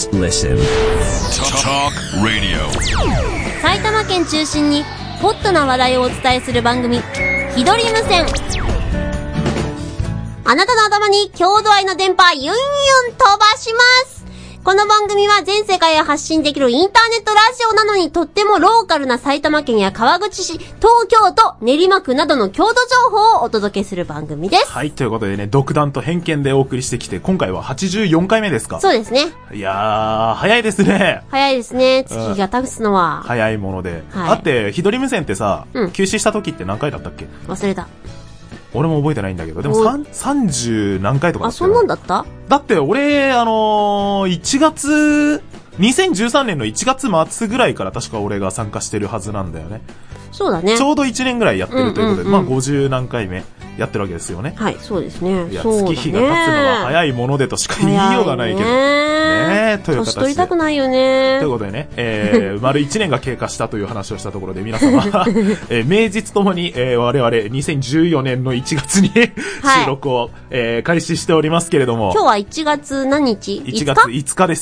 Just listen. Talk Radio. 埼玉県中心にホットな話題をお伝えする番組、ひどり無線。あなたの頭に郷土愛の電波ユンユン飛ばします。この番組は全世界へ発信できるインターネットラジオなのにとってもローカルな埼玉県や川口市、東京都、練馬区などの郷土情報をお届けする番組です。 はい、ということでね、独断と偏見でお送りしてきて、今回は84回目ですか？ そうですね。 いやー、早いですね。 早いですね。月が経つのは。 早いもので。 はい、 だって、ひどり無線ってさ、 うん、 休止した時って何回だったっけ？ 忘れた。 俺も覚えてないんだけど、でも30何回とかだったよ。 あ、そんなんだった？ だって俺、1月、2013年の1月末ぐらいから確か俺が参加してるはずなんだよね。 そうだね。 ちょうど1年ぐらいやってるということで、まあ50何回目やってるわけですよね。 はい、そうですね。 いや、月日が経つのは早いものでとしか言いようがないけど。ね、という形で。 年取りたくないよね。 ということでね、丸1年が経過したという話をしたところで皆様、名実ともに、我々2014年の1月に収録を、開始しておりますけれども。 今日は1月何日？ 1月5日です。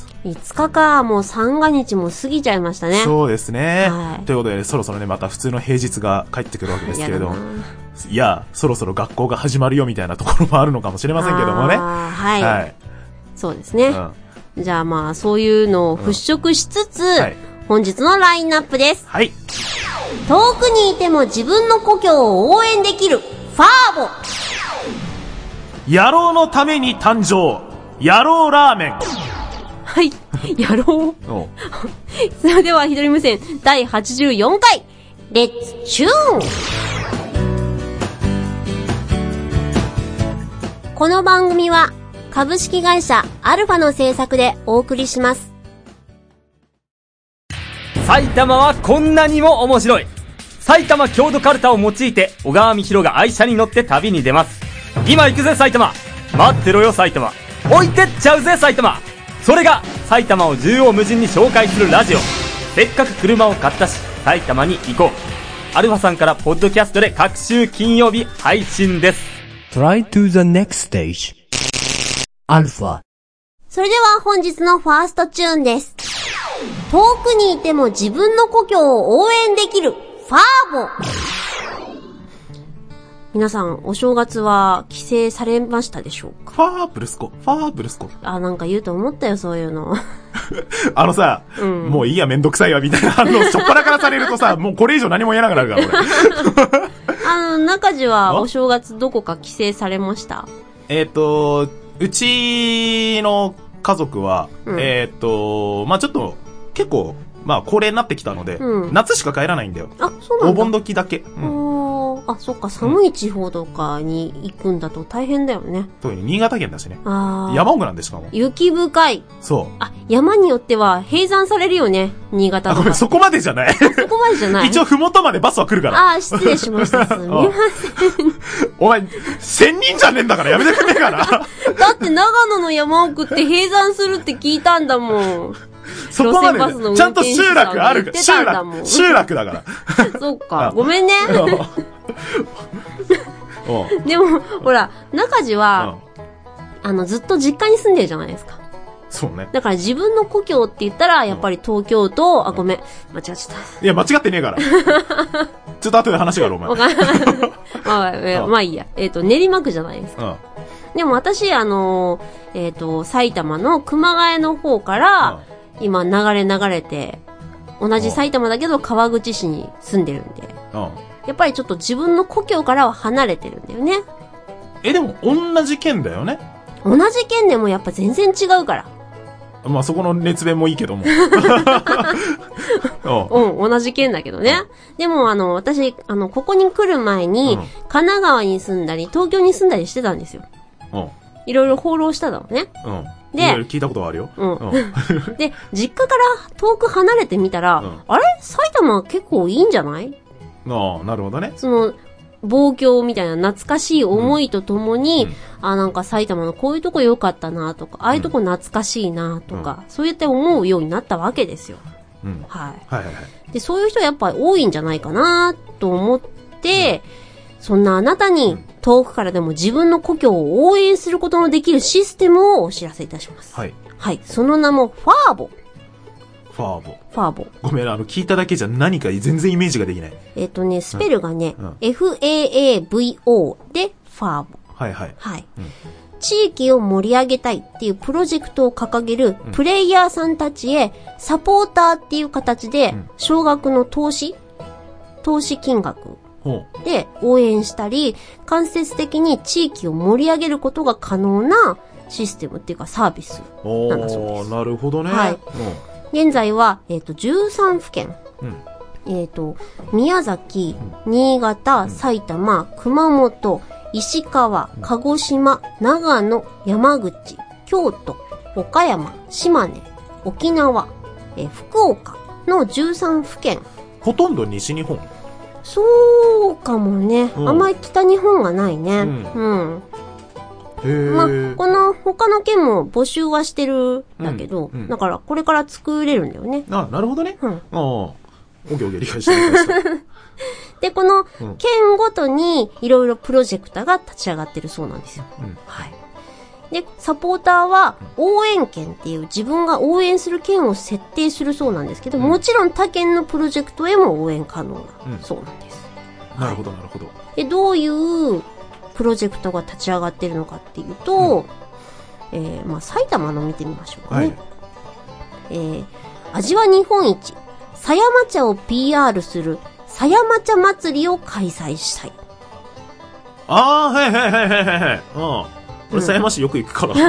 5日か、もう三が日も過ぎちゃいましたね。 そうですね。 はい、 ということで、そろそろね、また普通の平日が帰ってくるわけですけれども。いや、そろそろ学校が始まるよみたいなところもあるのかもしれませんけどもね。 はい。 はい。 そうですね。うん、じゃあまあ、そういうのを払拭しつつ、はい、本日のラインナップです。 はい。 遠くにいても自分の故郷を応援できる、ファーボ。 野郎のために誕生、野郎ラーメン。 はい、野郎。それでは、ひどり無線第84回、レッツチューン。この番組は株式会社アルファの制作でお送りします。 埼玉はこんなにも面白い。埼玉郷土カルタを用いて小川美弘が愛車に乗って旅に出ます。今行くぜ埼玉、待ってろよ埼玉、置いてっちゃうぜ埼玉。それが埼玉を縦横無尽に紹介するラジオ。せっかく車を買ったし埼玉に行こう。アルファさんからポッドキャストで各週金曜日配信です。 Try to the next stage. アルファ。 それでは本日のファーストチューンです。遠くにいても自分の故郷を応援できるファーボ。皆さんお正月は帰省されましたでしょうか？ ファーブルスコ。 あ、なんか言うと思ったよ、そういうの。 さ、うん、もういいやめんどくさいわみたいな反応しょっぱなからされるとさ、もうこれ以上何も言えなくなるから俺。中地はお正月どこか帰省されました？ うちの家族は、まあちょっと結構まあ高齢になってきたので、うん、夏しか帰らないんだよ。 あ、そうなんだ。 お盆時だけ。 あ、そっか、寒い地方とかに行くんだと大変だよね。 特に新潟県だしね。山奥なんでしかも。 雪深い。 そう。 あ、山によっては閉山されるよね、新潟とか。 ごめん、そこまでじゃない。 そこまでじゃない。 一応ふもとまでバスは来るから。 失礼しました。すみません。 お前、1000人じゃねえんだからやめてくれから。だって長野の山奥って閉山するって聞いたんだもん。 そこまで、ちゃんと集落あるから、集落だから。 そっか、ごめんね。でも、ほら、中地は、ずっと実家に住んでるじゃないですか。 そうね。 だから自分の故郷って言ったら、やっぱり東京と、ごめん、間違っちゃった。 いや、間違ってねえから。ちょっと後で話がある、お前。 まあいいや。練馬区じゃないですか。でも私、埼玉の熊谷の方から、今流れて、同じ埼玉だけど川口市に住んでるんで、やっぱりちょっと自分の故郷からは離れてるんだよね。 でも同じ県だよね。 同じ県でもやっぱ全然違うから。 まあそこの熱弁もいいけども。 同じ県だけどね。でも私、ここに来る前に、神奈川に住んだり、東京に住んだりしてたんですよ。いろいろ放浪したのね。 で、いろいろ聞いたことはあるよ。 で、実家から遠く離れてみたら、あれ埼玉結構いいんじゃない？ なるほどね。 望郷みたいな懐かしい思いとともに、なんか埼玉のこういうとこ良かったなとか、ああいうとこ懐かしいなとか、そうやって思うようになったわけですよ。はい。で、そういう人やっぱり多いんじゃないかなと思って、そんなあなたに遠くからでも自分の故郷を応援することのできるシステムをお知らせいたします。 はい。 はい。その名もファーボ。 ファーボ。 ファーボ。 ごめん、聞いただけじゃ何か全然イメージができない。 スペルがね、 うん、 FAAVO でファーボ。 はいはい。 はい。地域を盛り上げたいっていうプロジェクトを掲げるプレイヤーさんたちへサポーターっていう形で少額の投資金額で応援したり、間接的に地域を盛り上げることが可能なシステムっていうかサービスなんだそうです。 なるほどね。 はい。現在は、13府県。宮崎、新潟、埼玉、熊本、石川、鹿児島、長野、山口、京都、岡山、島根、沖縄、福岡の13府県。 ほとんど西日本。 そうかもね。あんまり北日本がないね。まあ、この他の県も募集はしてるんだけど、だからこれから作れるんだよね。 あ、なるほどね。オッケー理解した。 で、この県ごとにいろいろプロジェクターが立ち上がってるそうなんですよ。はい。で、サポーターは応援県っていう自分が応援する県を設定するそうなんですけど、もちろん他県のプロジェクトへも応援可能なそうなんです。 なるほど、なるほど。 で、どういうプロジェクトが立ち上がってるのかっていうと、まあ、埼玉の見てみましょうかね。味は日本一、狭山茶を PR する狭山茶祭りを開催したい。 はい。俺狭山市よく行くから。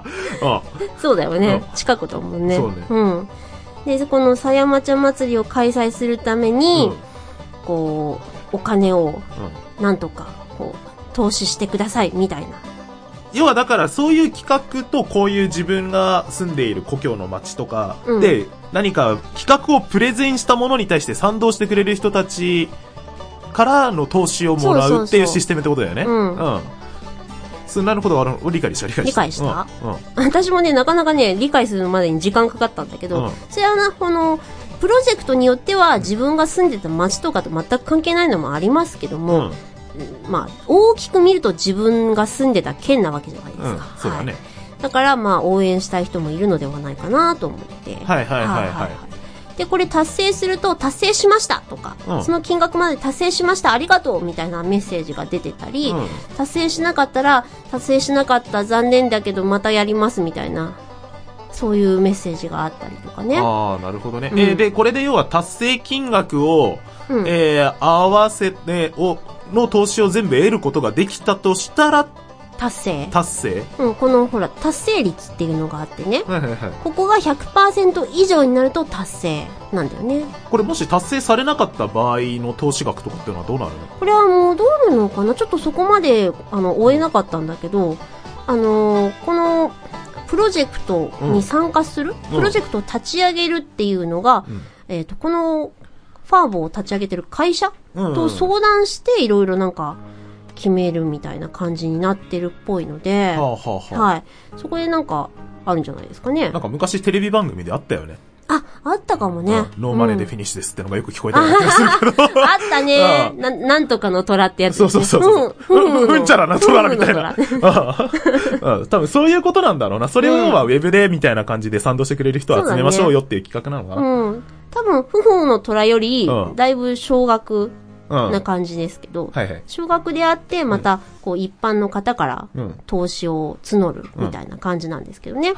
そうだよね。近くだもんね。そうね。で、この狭山茶祭りを開催するために、こう、お金を、なんとか、こう、投資してください、みたいな。 要はだからそういう企画とこういう自分が住んでいる故郷の町とかで、何か企画をプレゼンしたものに対して賛同してくれる人たちからの投資をもらうっていうシステムってことだよね。なるほど、理解した。 私もね、なかなかね、理解するまでに時間かかったんだけど、それはな、この、プロジェクトによっては自分が住んでた町とかと全く関係ないのもありますけども、まあ、大きく見ると自分が住んでた県なわけじゃないですか。 そうだね。 だから、まあ、応援したい人もいるのではないかなと思って。で、これ達成すると、達成しましたとか、その金額まで達成しました、ありがとうみたいなメッセージが出てたり、達成しなかったら、達成しなかった、残念だけどまたやりますみたいな、そういうメッセージがあったりとかね。 ああ、なるほどね。で、これで要は達成金額を、合わせて、の投資を全部得ることができたとしたら、 達成このほら達成率っていうのがあってね、ここが 100% 以上になると達成なんだよね。 これもし達成されなかった場合の投資額とかっていうのはどうなるの？ これはもうどうなるのかな、ちょっとそこまで追えなかったんだけど、このプロジェクトに参加する、プロジェクトを立ち上げるっていうのが、このファーボを立ち上げてる会社と相談していろいろなんか決めるみたいな感じになってるっぽいので、はい。そこでなんかあるんじゃないですかね。 なんか昔テレビ番組であったよね。 あったかもね。 ノーマネーでフィニッシュですってのがよく聞こえたような気がするけど。 あったね。なんとかの虎ってやつ、ね。 そう。うんちゃらな虎みたいな。多分そういうことなんだろうな。それを要はウェブでみたいな感じで賛同してくれる人を集めましょうよっていう企画なのかな。 多分、不法の虎より、だいぶ少額な感じですけど、少額であって、また、こう、一般の方から投資を募るみたいな感じなんですけどね。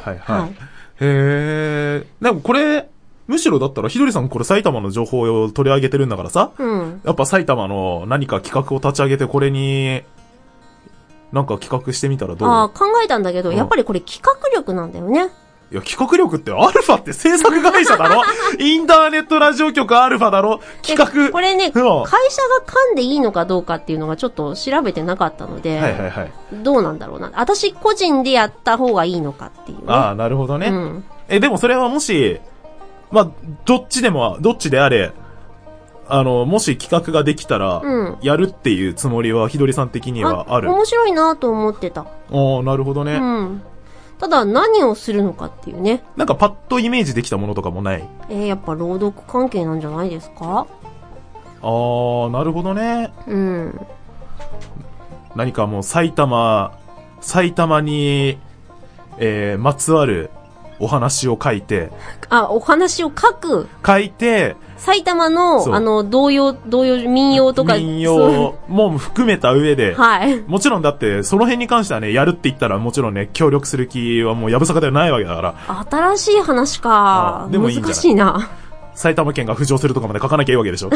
へー。でもこれ、むしろだったら、ひどりさんこれ埼玉の情報を取り上げてるんだからさ、やっぱ埼玉の何か企画を立ち上げてこれに、なんか企画してみたらどう？ 考えたんだけど、やっぱりこれ企画力なんだよね。 いや、企画力ってアルファって制作会社だろインターネットラジオ局アルファだろ企画。 これね、会社が噛んでいいのかどうかっていうのがちょっと調べてなかったので、どうなんだろうな。私個人でやった方がいいのかっていう、ね。 なるほどね。でもそれはもし、まあ、どっちであれ、もし企画ができたら、やるっていうつもりは、ひどりさん的にはある。 面白いなと思ってた。 なるほどね。 ただ何をするのかっていうね。 なんかパッとイメージできたものとかもない？ やっぱ朗読関係なんじゃないですか？ なるほどね。何かもう埼玉にまつわるお話を書いて。 お話を書いて、埼玉の、童謡、民謡とか。 民謡も含めた上で。 はい。 もちろんだって、その辺に関してはね、やるって言ったらもちろんね、協力する気はもうやぶさかではないわけだから。 新しい話か。 でもいいんじゃない？ 難しいな。 埼玉県が浮上するとかまで書かなきゃいいわけでしょ。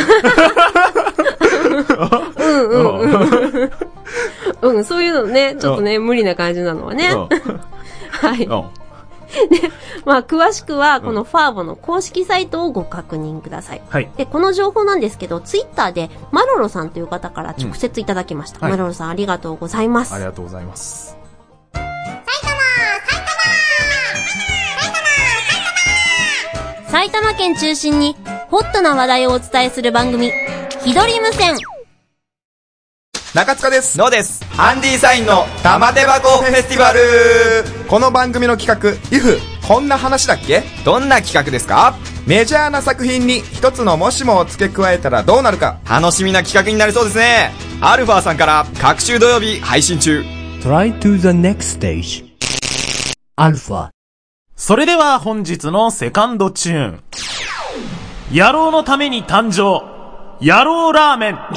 そういうのね、ちょっとね、無理な感じなのはね。はい。で、まあ、詳しくは、このファーボの公式サイトをご確認ください。はい。で、この情報なんですけど、ツイッターで、マロロさんという方から直接いただきました。マロロさんありがとうございます。 ありがとうございます。 埼玉県中心に、ホットな話題をお伝えする番組、ひどり無線。 中塚です。 のです。 ハンディサインの玉手箱フェスティバル。この番組の企画、if こんな話だっけ？ どんな企画ですか？ メジャーな作品に一つのもしもを付け加えたらどうなるか。 楽しみな企画になりそうですね。アルファさんから各週土曜日配信中。 Try to the next stage アルファ。 それでは本日のセカンドチューン。野郎のために誕生。野郎ラーメン。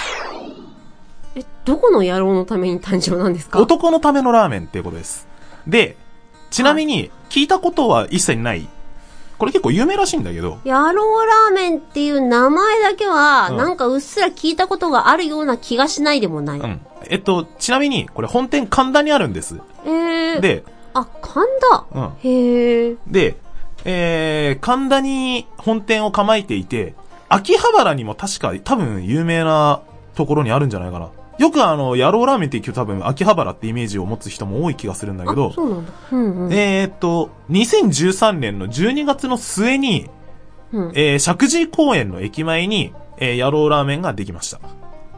どこの野郎のために誕生なんですか？ 男のためのラーメンっていうことです。で、ちなみに聞いたことは一切ない。これ結構有名らしいんだけど。 野郎ラーメンっていう名前だけは、なんかうっすら聞いたことがあるような気がしないでもない。 ちなみに、これ本店神田にあるんです。で、 神田、へー。で、神田に本店を構えていて、秋葉原にも確か多分有名なところにあるんじゃないかな。よく野郎ラーメンって言うと多分秋葉原ってイメージを持つ人も多い気がするんだけど。 そうなんだ。 2013年の12月の末に、石神井公園の駅前に、野郎ラーメンができました。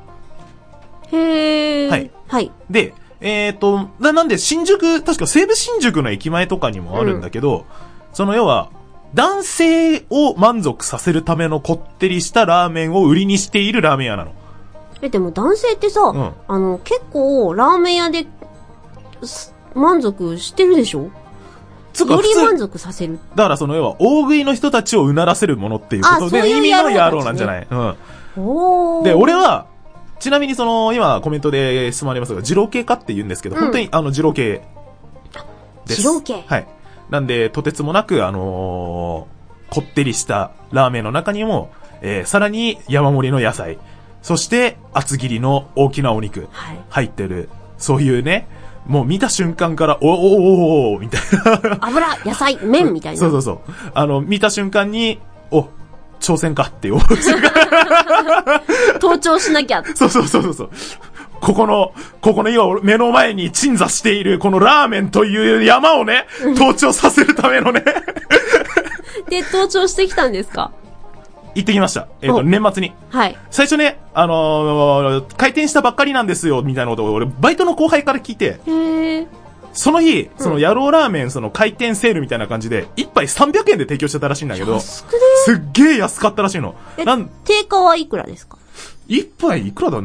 へー。はい。はい。 で、なんで新宿、確か西武新宿の駅前とかにもあるんだけど、その要は、男性を満足させるためのこってりしたラーメンを売りにしているラーメン屋なの。 でも男性ってさ、結構ラーメン屋で満足してるでしょ？より満足させる。 だからその要は大食いの人たちをうならせるものっていうことで意味の野郎なんじゃない？で、俺は、ちなみに今コメントで質問ありますが、二郎系かって言うんですけど、本当に二郎系です。 二郎系？ はい。なんで、とてつもなく、こってりしたラーメンの中にも、さらに山盛りの野菜、そして厚切りの大きなお肉、入ってる、そういうね、もう見た瞬間から、おーみたいな。 油、野菜、麺みたいな。 そう。見た瞬間に、挑戦かって思う。 登頂しなきゃ。 そう。ここの今目の前に鎮座しているこのラーメンという山をね、登頂させるためのね。 で、登頂してきたんですか？ 行ってきました。年末に。 はい。 最初ね、開店したばっかりなんですよ、みたいなことを俺、バイトの後輩から聞いて。その日、その野郎ラーメン、開店セールみたいな感じで、一杯300円で提供してたらしいんだけど、すっげえ安かったらしいの。 定価はいくらですか？ 一杯いくらだ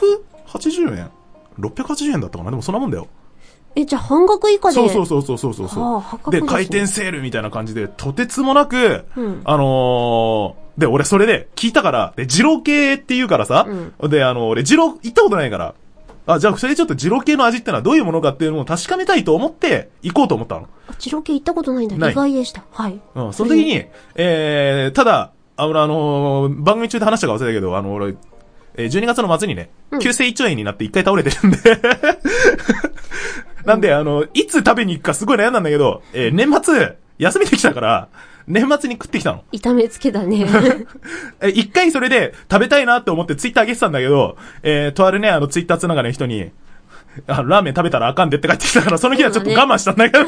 ?780 円 ?680 円だったかな。でもそんなもんだよ。 じゃあ半額以下で。 そう。で、開店セールみたいな感じで、とてつもなく、で、俺それで聞いたから、で、二郎系って言うからさ、で、俺二郎行ったことないから、じゃあそれちょっと二郎系の味ってのはどういうものかっていうのを確かめたいと思って、行こうと思ったの。 二郎系行ったことないんだ。意外でした。はい。 その時に、ただ、番組中で話したか忘れたけど、俺、12月の末にね、急性胃腸炎になって一回倒れてるんでなんで、いつ食べに行くかすごい悩んだんだけど、年末、休みできたから、年末に食ってきたの。 痛めつけだね。 一回それで食べたいなって思ってツイッター上げてたんだけど、とあるね、ツイッターつながりの人に、ラーメン食べたらあかんでって帰ってきたから、その日はちょっと我慢したんだけど、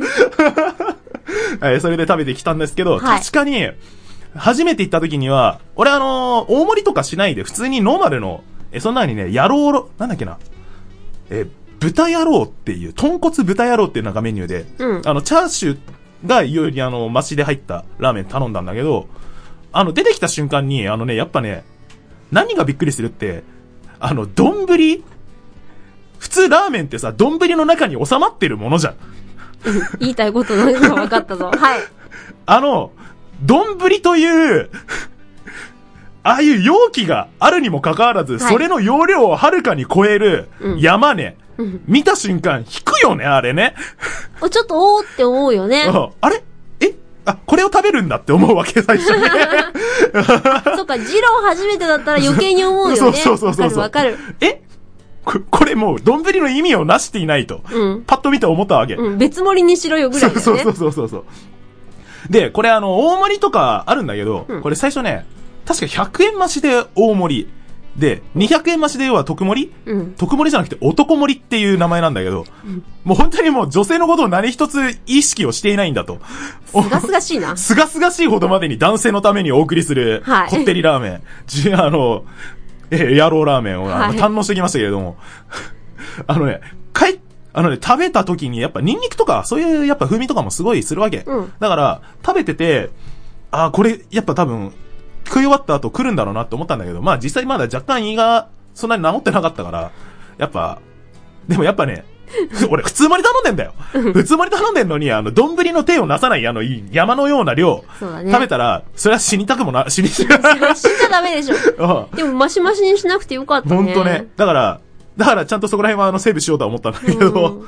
それで食べてきたんですけど、確かに、初めて行った時には、俺大盛りとかしないで、普通にノーマルの、その中にね、なんだっけな、豚野郎っていう、豚骨豚野郎っていうなんかメニューで、チャーシューがよりマシで入ったラーメン頼んだんだけど、出てきた瞬間に、やっぱね、何がびっくりするって、丼、普通ラーメンってさ、丼の中に収まってるものじゃん。 言いたいことなんか分かったぞ。はい。 丼という、ああいう容器があるにもかかわらず、それの容量をはるかに超える山ね。見た瞬間、引くよね、あれね。 ちょっとおーって思うよね。 あれこれを食べるんだって思うわけ、最初に。 そっか、ジロー初めてだったら余計に思うよね。 そう。 わかる。 これもう、丼の意味をなしていないと。パッと見て思ったわけ。 別盛りにしろよぐらいだよね。 そう。で、これ大盛りとかあるんだけど、これ最初ね、確か100円増しで大盛り。で、200円増しで要は特盛り、特盛りじゃなくて男盛りっていう名前なんだけど、もう本当にもう女性のことを何一つ意識をしていないんだと。 すがすがしいな。 すがすがしいほどまでに男性のためにお送りする、こってりラーメン。野郎ラーメンを堪能してきましたけれども。食べた時にやっぱニンニクとか、そういうやっぱ風味とかもすごいするわけ。だから、食べてて、これやっぱ多分、食い終わった後来るんだろうなって思ったんだけど、まあ実際まだ若干胃がそんなに治ってなかったから、でもやっぱね、俺普通盛り頼んでんだよ。普通盛り頼んでんのに、丼の手をなさない山のような量、食べたら、それは死にたくも死んじゃダメでしょ。でもマシマシにしなくてよかったね。 ほんとね。だからちゃんとそこら辺はセーブしようとは思ったんだけど、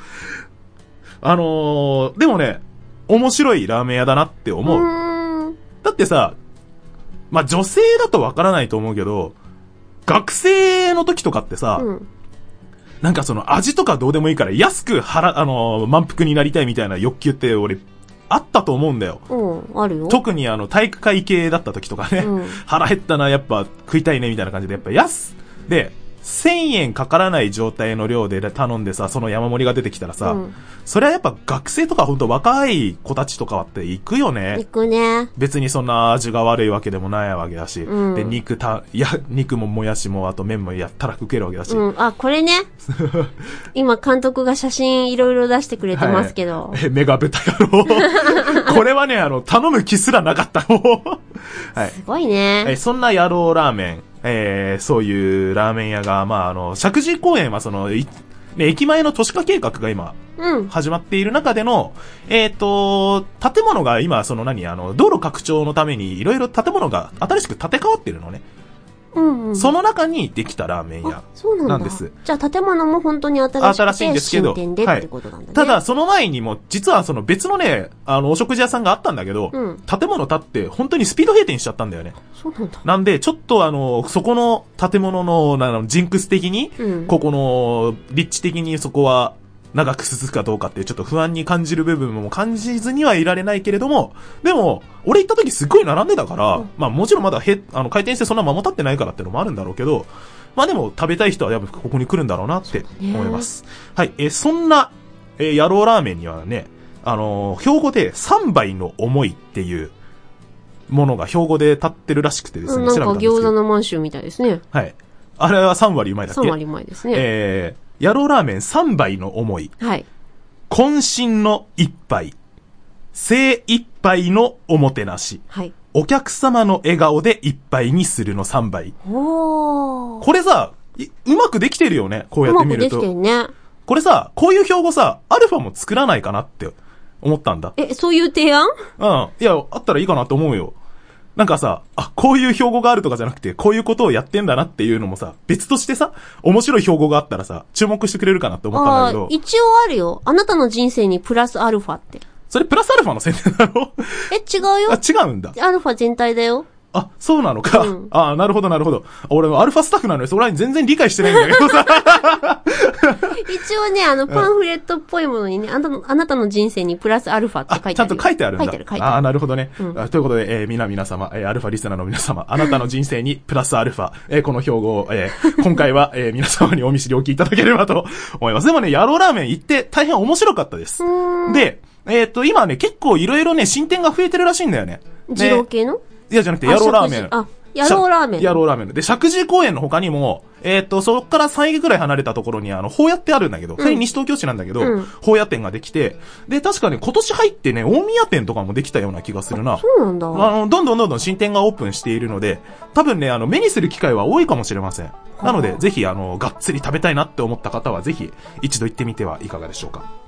でもね、面白いラーメン屋だなって思う。だってさ、まあ、女性だとわからないと思うけど、学生の時とかってさ、なんかその味とかどうでもいいから安く満腹になりたいみたいな欲求って俺、あったと思うんだよ。 あるよ。 特に体育会系だった時とかね、腹減ったな、やっぱ食いたいねみたいな感じで、やっぱで、1000円かからない状態の量で頼んでさ、その山盛りが出てきたらさ、それはやっぱ学生とかほんと若い子たちとかって行くよね。 行くね。 別にそんな味が悪いわけでもないわけだし、で、肉ももやしもあと麺もやったら食けるわけだし。 これね。今監督が写真いろいろ出してくれてますけど。 メガ豚野郎。これはね、頼む気すらなかったの。はい。 すごいね。 そんな野郎ラーメン。そういうラーメン屋が、まあ、石神井公園は駅前の都市化計画が今、始まっている中での、建物が今、道路拡張のためにいろいろ建物が新しく建て替わってるのね。その中にできたラーメン屋なんです。 じゃあ建物も本当に新しいんですけど、新店でってことなんだね。 ただその前にも実は別のね、お食事屋さんがあったんだけど、建物建って本当にスピード閉店しちゃったんだよね。 そうなんだ。 なんでちょっとそこの建物のジンクス的に、ここの立地的にそこは長く続くかどうかっていうちょっと不安に感じる部分も感じずにはいられないけれども、でも、俺行った時すっごい並んでたから、まあもちろんまだ開店してそんな間も経ってないからってのもあるんだろうけど、まあでも食べたい人はやっぱここに来るんだろうなって思います。はい、そんな、野郎ラーメンにはね、標語で3倍の思いっていうものが標語で立ってるらしくてですね、 なんか餃子の満州みたいですね。 はい。あれは3割うまいだっけ？ 3 割うまいですね。 野郎ラーメン3倍の思い。 はい。 渾身の一杯。精一杯のおもてなし。 はい。 お客様の笑顔で一杯にするの3倍。これさ、うまくできてるよね。こうやって見ると。 うまくできてるね。 これさ、こういう標語さ、アルファも作らないかなって思ったんだ。 そういう提案？ いや、あったらいいかなと思うよ。なんかさ、こういう標語があるとかじゃなくて、こういうことをやってんだなっていうのもさ、別としてさ、面白い標語があったらさ、注目してくれるかなって思ったんだけど。 一応あるよ。あなたの人生にプラスアルファって。 それプラスアルファの宣伝なの？ 違うよ。 違うんだ。 アルファ全体だよ。 そうなのか。なるほどなるほど。俺もアルファスタッフなのにそこらに全然理解してないんだけどさ。 一応ね、パンフレットっぽいものにね、あなたの人生にプラスアルファって書いてある。 ちゃんと書いてあるんだ。 書いてある。 なるほどね。ということで、皆様、アルファリスナーの皆様、あなたの人生にプラスアルファ、この標語を、今回は、皆様にお見知りおきいただければと思います。でもね、野郎ラーメン行って大変面白かったです。で、今ね、結構いろいろね、進展が増えてるらしいんだよね。 二郎系の？ いや、じゃなくて、野郎ラーメン。 野郎ラーメン。 野郎ラーメン。で、石神井公園の他にも、そっから3駅ぐらい離れたところに、宝屋ってあるんだけど、それ西東京市なんだけど、宝屋店ができて、で、確かね、今年入ってね、大宮店とかもできたような気がするな。 そうなんだ。 どんどん新店がオープンしているので、多分ね、目にする機会は多いかもしれません。なので、ぜひ、がっつり食べたいなって思った方は、ぜひ、一度行ってみてはいかがでしょうか。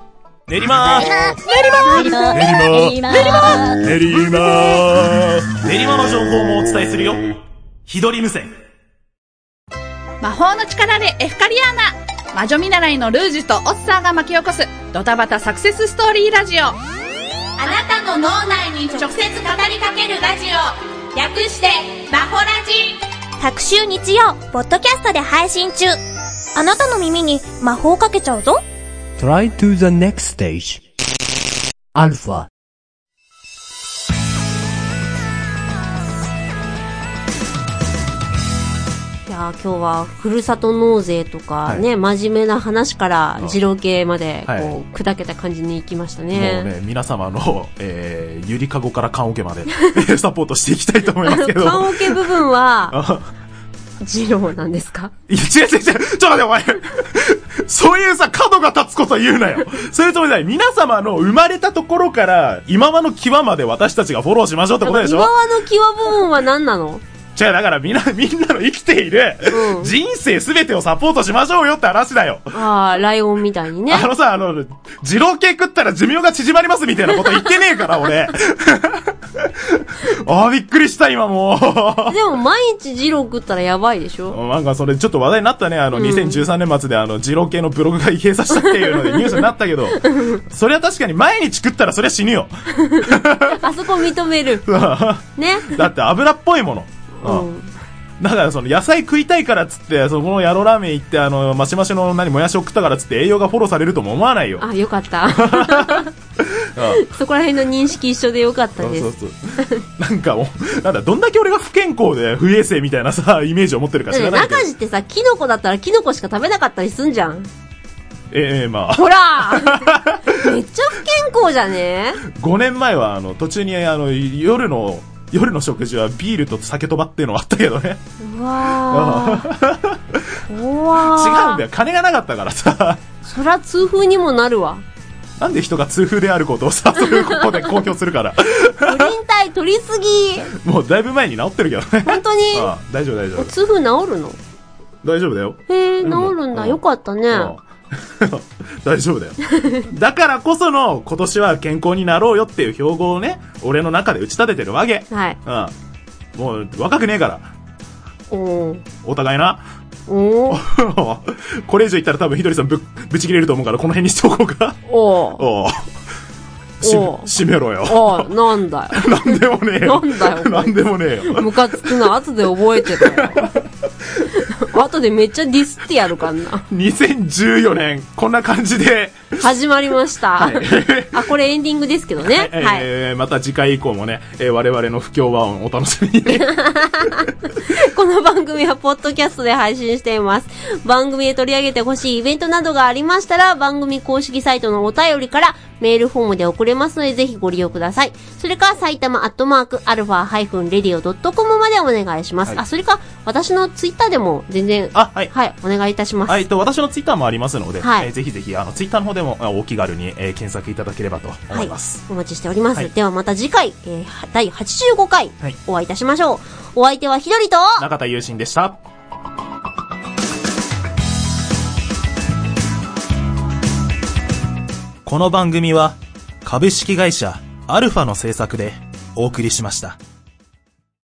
練馬の情報もお伝えするよ。日取り無線。 魔法の力でエフカリアーナ、魔女見習いのルージュとオッサーが巻き起こすドタバタサクセスストーリーラジオ。あなたの脳内に直接語りかけるラジオ、略してマホラジ。 各週日曜ポッドキャストで配信中。あなたの耳に魔法をかけちゃうぞ。 Try to the next stage. Alpha。 いや今日はふるさと納税とかね、真面目な話から二郎系までこう砕けた感じに行きましたね。 もうね、皆様の、ゆりかごから棺桶までサポートしていきたいと思いますけど。 棺桶部分は二郎なんですか？ いや、違う。ちょっと待って、お前。そういうさ、角が立つこと言うなよ。そういうつもりだよ。皆様の生まれたところから、今和の際まで私たちがフォローしましょうってことでしょ？ 今和の際部分は何なの？ だからみんなの生きている、人生すべてをサポートしましょうよって話だよ。 ああ、ライオンみたいにね。 二郎系食ったら寿命が縮まりますみたいなこと言ってねえから、俺。びっくりした、今もう。 でも毎日二郎食ったらやばいでしょ？ なんかそれちょっと話題になったね。2013年末で二郎系のブログが閉鎖したっていうのでニュースになったけど、それは確かに毎日食ったらそれは死ぬよ。 あそこ認める。ね。 だって油っぽいもの。だから野菜食いたいからっつってそこのヤロラーメン行ってマシマシのもやしを食ったからっつって栄養がフォローされるとも思わないよ。 あ、よかった。そこら辺の認識一緒でよかったです。そうどんだけ俺が不健康で不衛生みたいなさイメージを持ってるか知らないけど。 中地ってさ、キノコだったらキノコしか食べなかったりすんじゃん。 まあ。 ほらめっちゃ不健康じゃね ？5年前は途中に夜の食事はビールと酒とばっていうのがあったけどね。 うわー。 違うんだよ。金がなかったからさ。 そりゃ痛風にもなるわ。 なんで人が痛風であることをさ、そういうここで公表するから。 プリン体取りすぎ。 もうだいぶ前に治ってるけどね。 本当に？ 大丈夫。 痛風治るの？ 大丈夫だよ。 治るんだ。よかったね。 大丈夫だよ。だからこその今年は健康になろうよっていう標語をね、俺の中で打ち立ててるわけ。 はい。 もう若くねえから。お互いな。これ以上言ったら多分ひどりさんぶち切れると思うからこの辺にしておこうか。閉めろよ。 なんだよ。 なんでもねえよ。なんでもねえよ。 ムカつくな。後で覚えてたよ。後でめっちゃディスってやるかんな。 2014年こんな感じで始まりました。これエンディングですけどね。 また次回以降もね、我々の不協和音お楽しみに。 この番組はポッドキャストで配信しています。番組で取り上げてほしいイベントなどがありましたら、番組公式サイトのお便りからメールフォームで送れますので、ぜひご利用ください。それから埼玉@alpha-radio.com までお願いします。それから私のツイッターでも全然お願いいたします。 私のツイッターもありますので、ぜひぜひツイッターの方でもお気軽に検索いただければと思います。 お待ちしております。ではまた次回、第85回お会いいたしましょう。お相手はひどりと中田優心でした。この番組は株式会社アルファの制作でお送りしました。